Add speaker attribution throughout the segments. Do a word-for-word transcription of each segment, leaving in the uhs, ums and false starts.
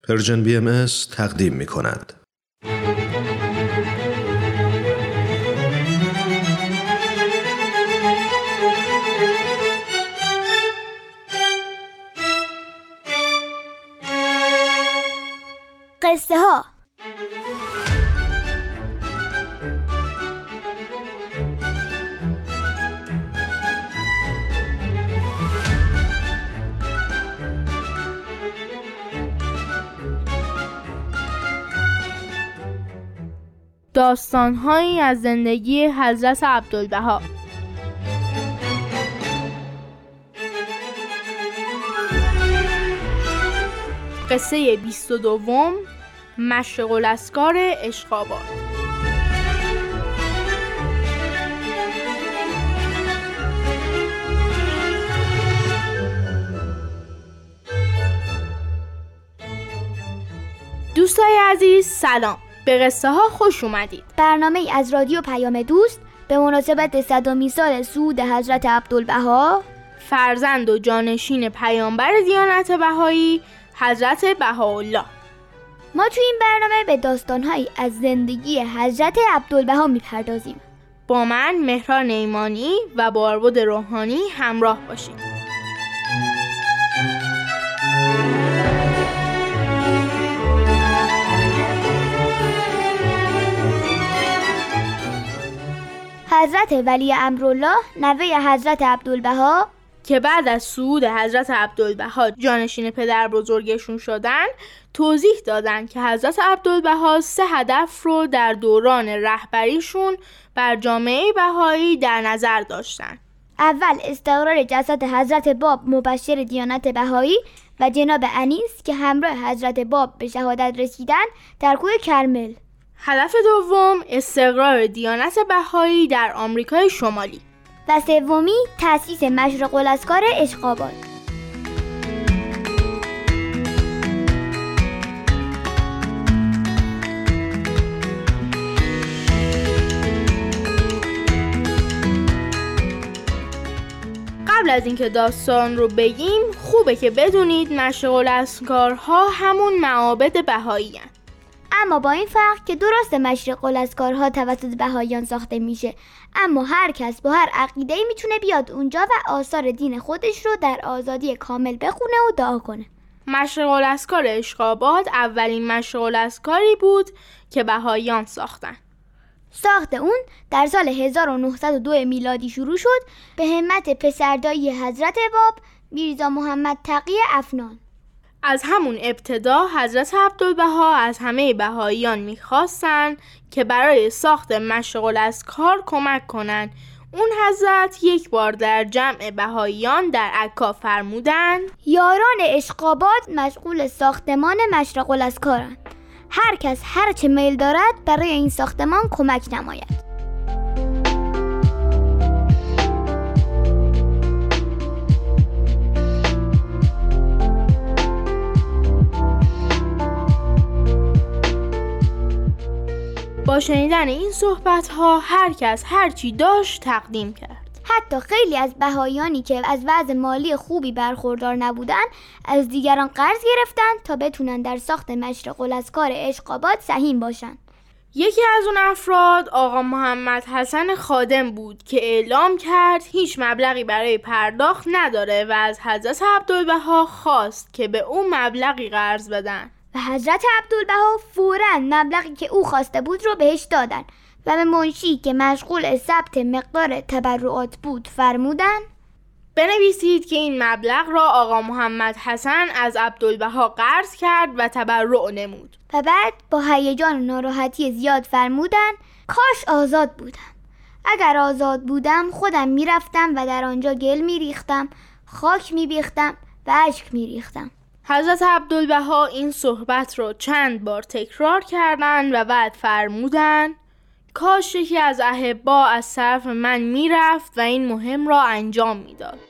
Speaker 1: پرژن بی ام اس تقدیم می کند.
Speaker 2: قصه ها.
Speaker 3: داستان‌هایی از زندگی حضرت عبدالبها. قصه بیست و دوم، مشرق الاسکار عشق‌آباد. دوستای عزیز سلام، به قصه ها خوش اومدید.
Speaker 2: برنامه از رادیو پیام دوست به مناسبت صدمین سال صعود حضرت عبدالبها،
Speaker 3: فرزند و جانشین پیامبر دیانت بهایی حضرت بهاءالله.
Speaker 2: ما تو این برنامه به داستان‌هایی از زندگی حضرت عبدالبها میپردازیم.
Speaker 3: با من مهران ایمانی و بارود روحانی همراه باشید.
Speaker 2: حضرت ولی امرالله نوه حضرت عبدالبها
Speaker 3: که بعد از صعود حضرت عبدالبها جانشین پدر بزرگشون شدن، توضیح دادن که حضرت عبدالبها سه هدف رو در دوران رهبریشون بر جامعه بهایی در نظر داشتن.
Speaker 2: اول استقرار جسد حضرت باب مبشر دیانت بهایی و جناب انیس که همراه حضرت باب به شهادت رسیدن در کوه کرمل.
Speaker 3: هدف دوم استقرار دیانت بهایی در آمریکای شمالی.
Speaker 2: و سومی تأسیس مشرق الاسکار عشق‌آباد.
Speaker 3: قبل از اینکه داستان رو بگیم خوبه که بدونید مشرق الاسکارها همون معابد بهایی هستند.
Speaker 2: اما با این فرق که درست مشرق الاسکارها توسط بهاییان ساخته میشه، اما هر کس با هر عقیده‌ای میتونه بیاد اونجا و آثار دین خودش رو در آزادی کامل بخونه و دعا کنه.
Speaker 3: مشرق الاسکار عشق‌آباد اولین مشرق الاسکاری بود که بهاییان ساختن.
Speaker 2: ساخت اون در سال هزار و نهصد و دو میلادی شروع شد به همت پسردایی حضرت باب میرزا محمد تقی افنان.
Speaker 3: از همون ابتدا حضرت عبدالبها از همه بهاییان میخواستن که برای ساخت مشرق الاسکار کمک کنن. اون حضرت یک بار در جمع بهاییان در عکا فرمودن:
Speaker 2: یاران عشق‌آباد مشغول ساختمان مشرق الاسکارند. هر کس هر چه میل دارد برای این ساختمان کمک نماید.
Speaker 3: با شنیدن این صحبت‌ها هر کس هر چی داشت تقدیم کرد.
Speaker 2: حتی خیلی از بهاییانی که از وضع مالی خوبی برخوردار نبودن از دیگران قرض گرفتن تا بتونن در ساخت مشرق الاسکار عشق‌آباد سهیم باشن.
Speaker 3: یکی از اون افراد آقا محمد حسن خادم بود که اعلام کرد هیچ مبلغی برای پرداخت نداره و از حضرت عبدالبها خواست که به اون مبلغی قرض بدن.
Speaker 2: و حضرت عبدالبها فوراً مبلغی که او خواسته بود رو بهش دادن و به منشی که مشغول ثبت مقدار تبرعات بود فرمودن:
Speaker 3: بنویسید که این مبلغ را آقا محمد حسن از عبدالبها قرض کرد و تبرع نمود.
Speaker 2: و بعد با هیجان و ناراحتی زیاد فرمودن: کاش آزاد بودم. اگر آزاد بودم خودم میرفتم و در آنجا گل میریختم، خاک میبیختم و اشک میریختم.
Speaker 3: حضرت عبدالبها این صحبت رو چند بار تکرار کردند و بعد فرمودند: کاش یکی از احبا از طرف من میرفت و این مهم را انجام میداد.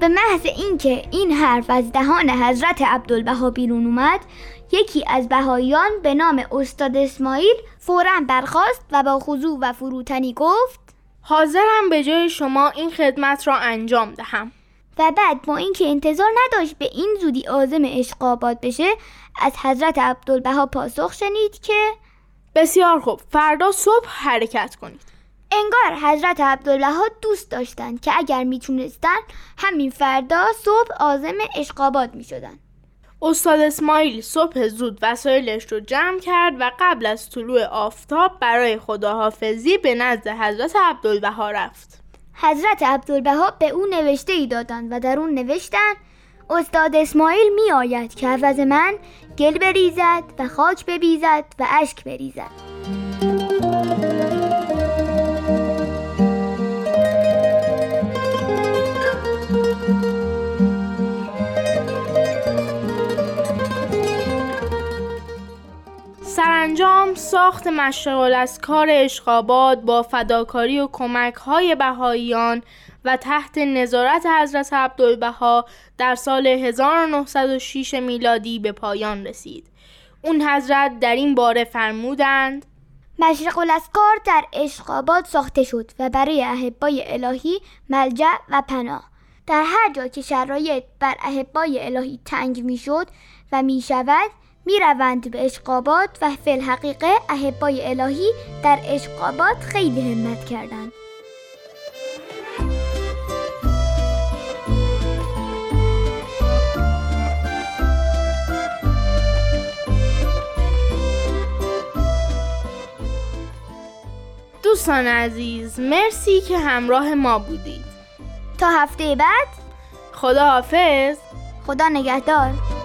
Speaker 2: به محض اینکه این حرف از دهان حضرت عبدالبها بیرون اومد، یکی از بهاییان به نام استاد اسماعیل فوراً برخاست و با خضوع و فروتنی گفت
Speaker 3: حاضرم به جای شما این خدمت را انجام دهم.
Speaker 2: و بعد با اینکه انتظار نداشت به این زودی عازم عشق‌آباد بشه، از حضرت عبدالبها پاسخ شنید که
Speaker 3: بسیار خوب، فردا صبح حرکت کنید.
Speaker 2: انگار حضرت عبدالبها دوست داشتن که اگر میتونستن همین فردا صبح عازم عشق‌آباد میشدن.
Speaker 3: استاد اسماعیل صبح زود وسایلش رو جمع کرد و قبل از طلوع آفتاب برای خداحافظی به نزد حضرت عبدالبها رفت.
Speaker 2: حضرت عبدالبها به او نوشته ای دادند و در اون نوشتن استاد اسماعیل می آید که عوض من گل بریزد و خاک ببیزد و اشک بریزد.
Speaker 3: سرانجام ساخت مشرق الاسکار عشق‌آباد با فداکاری و کمک‌های بهاییان و تحت نظارت حضرت عبدالبها در سال هزار و نهصد و شش میلادی به پایان رسید. اون حضرت در این باره فرمودند
Speaker 2: مشرق الاسکار در عشق‌آباد ساخته شد و برای احبای الهی ملجأ و پناه. در هر جا که شرایط بر احبای الهی تنگ میشد و میشود، می روند به عشق‌آباد و فی الحقیقه احبای الهی در عشق‌آباد خیلی همت کردند.
Speaker 3: دوستان عزیز، مرسی که همراه ما بودید.
Speaker 2: تا هفته بعد،
Speaker 3: خدا حافظ.
Speaker 2: خدا نگهدار.